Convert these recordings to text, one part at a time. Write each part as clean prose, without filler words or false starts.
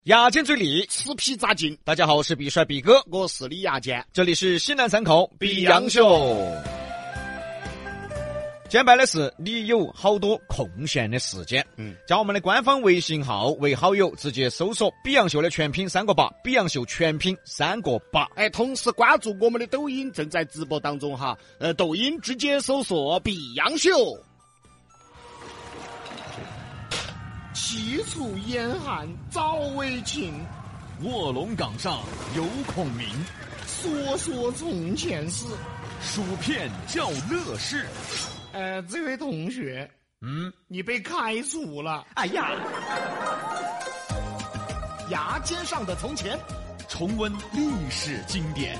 牙尖嘴利， 吃皮扎筋。 大家好，我是比帅比哥， 我是李牙尖， 这里是西南三口比洋秀。 简白的是，你有好多空闲的时间，加我们的官方微信号为好友，直接搜索比洋秀的全拼3个8，比洋秀全拼3个8。 同时关注我们的抖音，正在直播当中哈。抖音直接搜索比洋秀。齐楚燕韩早为秦， 卧龙岗上有孔明， 说说从前事， 薯片叫乐事。 这位同学，你被开除了。 哎呀， 牙尖上的从前， 重温历史经典。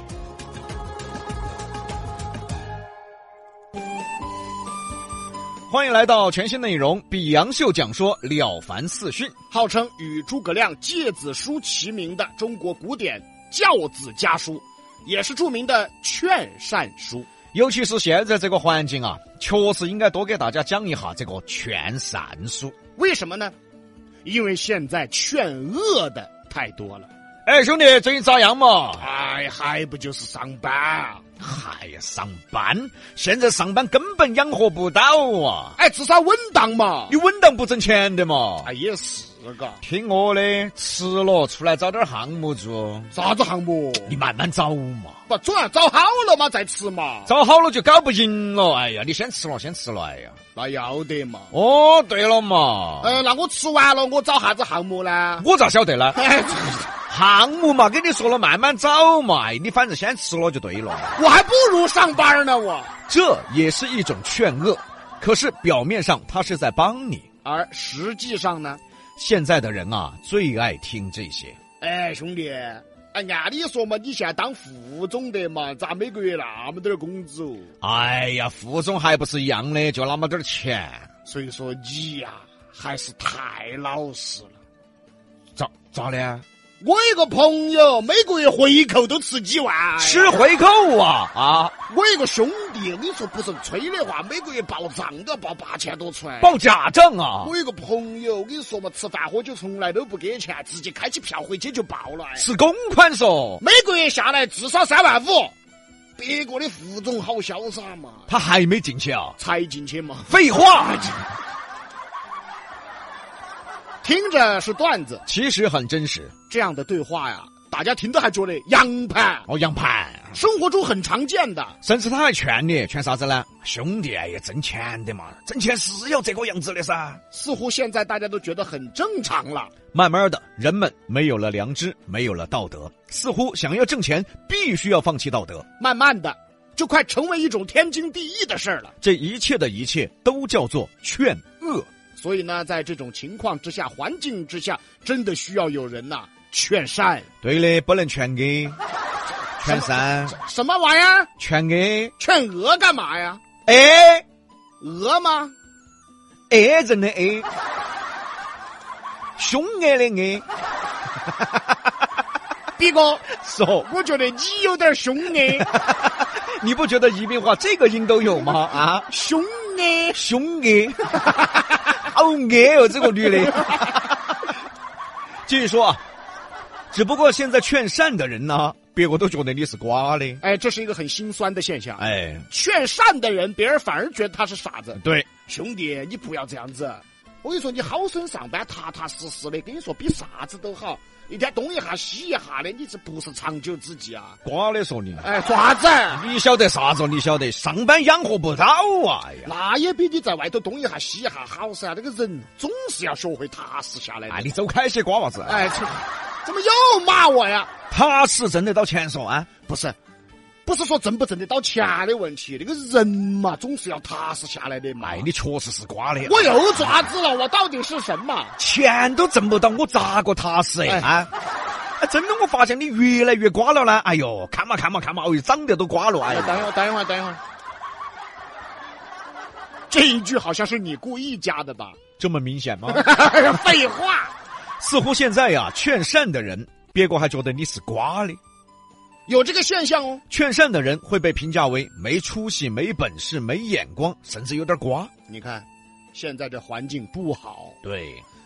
欢迎来到全新内容，比洋秀讲说《了凡四训》， 号称与诸葛亮诫子书齐名的中国古典教子家书，也是著名的劝善书。 尤其是现在这个环境啊，确实应该多给大家讲一下这个劝善书。为什么呢？ 因为现在劝恶的太多了。 兄弟，最近咋样嘛？ 还不就是上班啊？ 上班？现在上班根本养活不到啊！ 至少稳当嘛。 你稳当不挣钱的嘛？ 也是个。 听我的，吃了出来找点项目做。 啥子项目？ 你慢慢找嘛。 不，总要找好了嘛再吃嘛。 找好了就搞不赢了。你先吃了。 那要得嘛。 哦，对了嘛。 那我吃完了，我找啥子项目呢？ 我咋晓得呢？项目嘛，跟你说了慢慢找嘛，你反正先吃了就对了。 我还不如上班呢，我。 这也是一种劝恶，可是表面上他是在帮你， 而实际上呢， 现在的人啊最爱听这些。 兄弟，按理说嘛，你现在当副总的嘛，咋每个月那么点工资哦？ 副总还不是一样的，就那么点钱。 所以说你呀，还是太老实了。 咋的？ 我有个朋友每个月回扣都吃几万， 吃回扣啊！ 我有个兄弟，我跟你说不是吹的话，每个月报账都要报8000多出来， 报假账啊！ 我有个朋友，我跟你说嘛，吃饭喝酒从来都不给钱，直接开起票回去就报了， 是公款说， 每个月下来至少35000。别个的副总好潇洒嘛， 他还没进去啊？ 才进去嘛。 废话。 听着是段子， 其实很真实。 这样的对话呀，大家听得还觉得洋盘。 洋盘， 生活中很常见的。 甚至他还劝你，劝啥子呢？兄弟，也挣钱的嘛，挣钱是要这个样子的噻。 似乎现在大家都觉得很正常了。 慢慢的，人们没有了良知，没有了道德，似乎想要挣钱必须要放弃道德。 慢慢的，就快成为一种天经地义的事了。 这一切的一切都叫做劝恶。 所以呢，在这种情况之下，环境之下，真的需要有人劝善。 对的，不能劝恶，劝善。 什么玩意儿？ 劝恶？ 劝恶干嘛呀？恶吗？ 人的凶恶的恶。 比哥说， 我觉得你有点凶恶。 你不觉得宜宾话这个音都有吗？ 凶恶， 凶恶。好恶哦，这个女的。继续说啊，只不过现在劝善的人呢，别个都觉得你是瓜的。 这是一个很心酸的现象。劝善的人，别人反而觉得他是傻子。 对， 兄弟，你不要这样子。我跟你说，你好生上班，踏踏实实的，跟你说比啥子都好。一天东一下西一下的，你这不是长久之计啊！ 瓜的说你， 爪子， 你晓得啥子？你晓得上班养活不到啊！ 那也比你在外头东一下西一下好噻。这个人总是要学会踏实下来的。 你走开些瓜娃子！ 怎么又骂我呀？ 踏实挣得到钱说啊？ 不是说挣不挣得到钱的问题，那个人嘛，总是要踏实下来的嘛。 你确实是瓜的。 我又爪子了，我到底是什么？ 钱都挣不到，我咋个踏实真的，我发现你越来越瓜了呢。看嘛，长得都瓜了。 等一会儿。这一句好像是你故意加的吧？ 这么明显吗？ 废话。 似乎现在呀，劝善的人，别个还觉得你是瓜的。 有这个现象哦。 劝善的人会被评价为没出息、没本事、没眼光，甚至有点瓜。 你看，现在这环境不好。 对，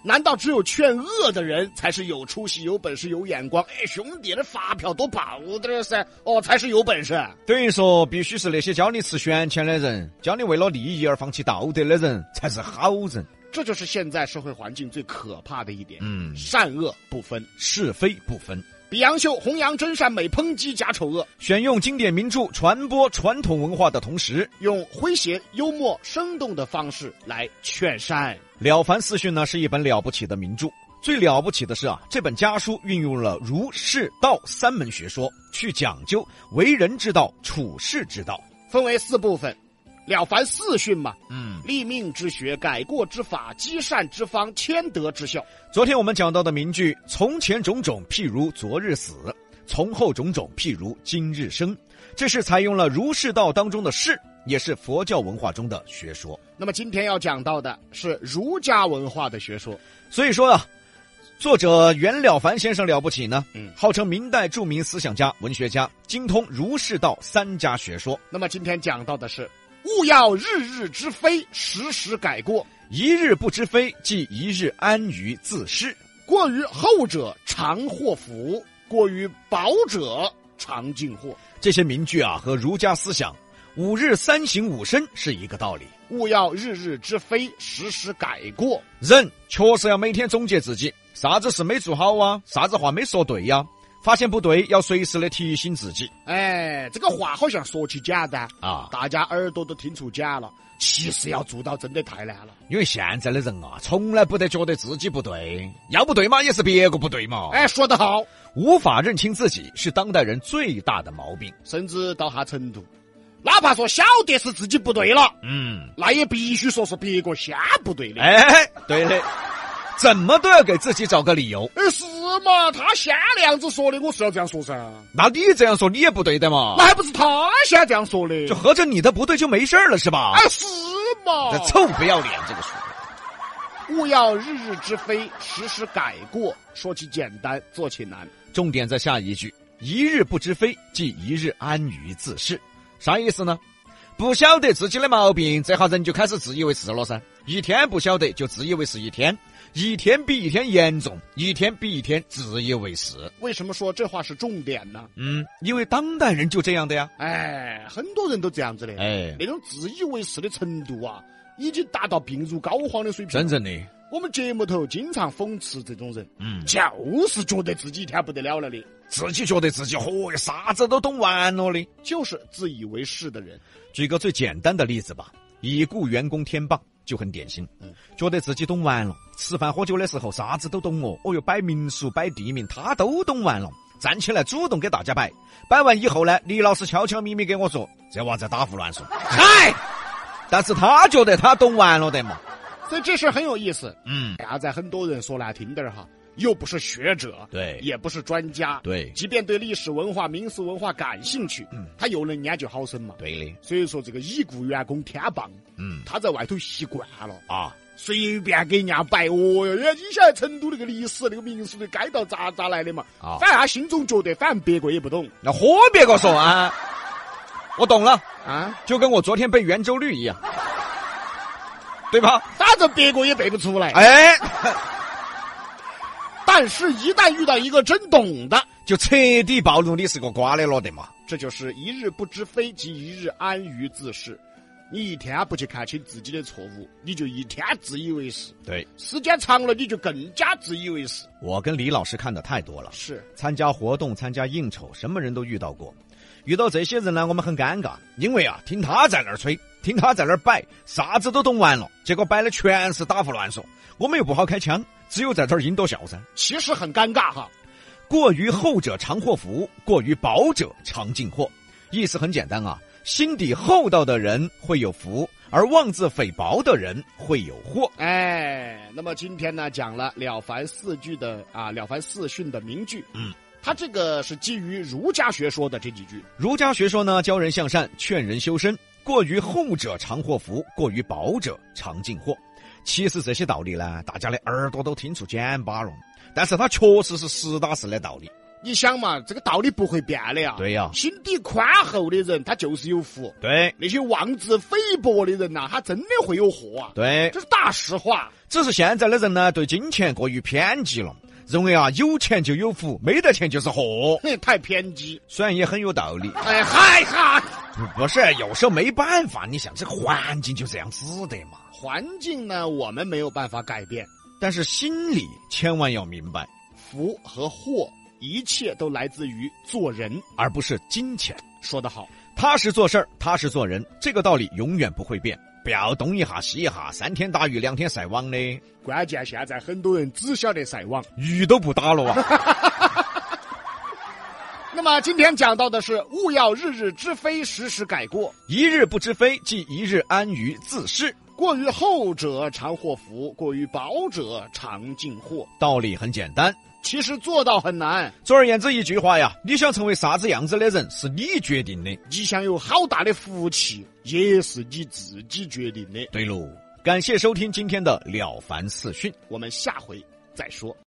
难道只有劝恶的人才是有出息、有本事、有眼光？哎，兄弟，这发票多报点噻，才是有本事。 等于说，必须是那些教你吃悬钱的人，教你为了利益而放弃道德的人，才是好人。 这就是现在社会环境最可怕的一点。善恶不分， 是非不分。 比洋秀弘扬真善美，抨击假丑恶， 选用经典名著传播传统文化的同时， 用诙谐、幽默、生动的方式来劝善。 《了凡四训》呢是一本了不起的名著，最了不起的是这本家书运用了儒释道三门学说，去讲究为人之道、处世之道， 分为4部分。了凡四训嘛，立命之学、改过之法、积善之方、谦德之效。 昨天我们讲到的名句，从前种种譬如昨日死，从后种种譬如今日生，这是采用了儒释道当中的释，也是佛教文化中的学说。 那么今天要讲到的是儒家文化的学说。 所以说作者袁了凡先生了不起呢，号称明代著名思想家、文学家，精通儒释道3家学说。 那么今天讲到的是勿要日日之非，时时改过。 一日不知非，即一日安于自适。 过于厚者常祸福，过于薄者常进祸。 这些名句和儒家思想5日3省吾身是一个道理。 勿要日日之非，时时改过。 人确实要每天总结自己，啥子事没做好啥子话没说对发现不对要随时的提醒自己。 这个话好像说起简单大家耳朵都听出简了，其实要做到真的太难了。 因为现在的人从来不得觉得自己不对，要不对嘛也是别个不对嘛。 说得好， 无法认清自己是当代人最大的毛病， 甚至到啥程度，哪怕说晓得是自己不对了，那也必须说是别个先不对的。 对的，怎么都要给自己找个理由。 是嘛，他先那样子说的，我是要这样说噻。 那你这样说你也不对的嘛。 那还不是他先这样说的， 就合着你的不对就没事了是吧？ 是嘛， 这臭不要脸这个说。 勿要日日之非，时时改过。说起简单，做起难。 重点在下一句，一日不知非，即一日安于自适。啥意思呢？不晓得自己的毛病，这下人就开始自以为是了噻。一天不晓得就自以为是一天，一天比一天严重，一天比一天自以为是。 为什么说这话是重点呢？ 因为当代人就这样的呀。 很多人都这样子的。那种自以为是的程度已经达到病入膏肓的水平。 真正的， 我们节目头经常讽刺这种人，就是觉得自己一天不得了了的， 自己觉得自己啥子都懂完了的， 就是自以为是的人。 举个最简单的例子吧，已故员工天棒就很典型，觉得自己懂完了，吃饭喝酒的时候啥子都懂摆民俗摆地名他都懂完了，站起来主动给大家摆完以后呢，李老师悄悄咪咪给我说，这娃在打胡乱说。但是他觉得他懂完了的嘛， 所以这事很有意思。在很多人说难听点又不是学者， 对， 也不是专家， 对， 即便对历史文化、民俗文化感兴趣，他又能研究好深嘛， 对的。 所以说这个已故员工天棒，他在外头习惯了随便给人家摆你晓得成都那个历史、那个民俗的街道咋来的嘛？反正他心中觉得，反正别个也不懂， 那别个说我懂了就跟我昨天背圆周率一样，对吧？ 反正别个也背不出来。但是一旦遇到一个真懂的， 就彻底暴露你是个瓜的了的嘛。 这就是一日不知非，即一日安于自适。你一天不去看清自己的错误，你就一天自以为是。 对， 时间长了你就更加自以为是。 我跟李老师看的太多了， 是参加活动、参加应酬，什么人都遇到过。遇到这些人呢，我们很尴尬，因为听他在那儿吹，听他在那儿摆，啥子都懂完了，结果摆的全是打胡乱说，我们又不好开枪，只有在这儿阴多笑噻。 其实很尴尬过于厚者常祸福，过于薄者常进祸。意思很简单心底厚道的人会有福，而妄自菲薄的人会有祸。 那么今天呢，讲了了凡四句的了凡四训的名句。他这个是基于儒家学说的这几句。 儒家学说呢，教人向善，劝人修身。过于厚者常祸福，过于薄者常进祸。其实这些道理呢，大家的耳朵都听出茧巴了，但是它确实是实打实的道理。 你想嘛，这个道理不会变的呀。 对呀， 心底宽厚的人，他就是有福。 对， 那些妄自菲薄的人他真的会有祸对， 这是大实话。 只是现在的人呢，对金钱过于偏激了，认为啊，有钱就有福，没得钱就是祸， 太偏激。 虽然也很有道理。 哎嗨哈， 不是，有时候没办法，你想这个环境就这样子的嘛。 环境呢，我们没有办法改变， 但是心里千万要明白， 福和祸一切都来自于做人， 而不是金钱。 说得好， 踏实做事儿，踏实做人，这个道理永远不会变。不要东一下西一下，3天打鱼2天晒网的。 关键现在很多人只晓得晒网， 鱼都不打了啊。 那么今天讲到的是勿要日日知非，时时改过。 一日不知非，即一日安于自适。 过于厚者常祸福，过于薄者常进祸。 道理很简单， 其实做到很难。 总而言之一句话呀，你想成为啥子样子的人是你决定的， 你想有好大的福气也是你自己决定的。 对喽，感谢收听今天的了凡四训， 我们下回再说。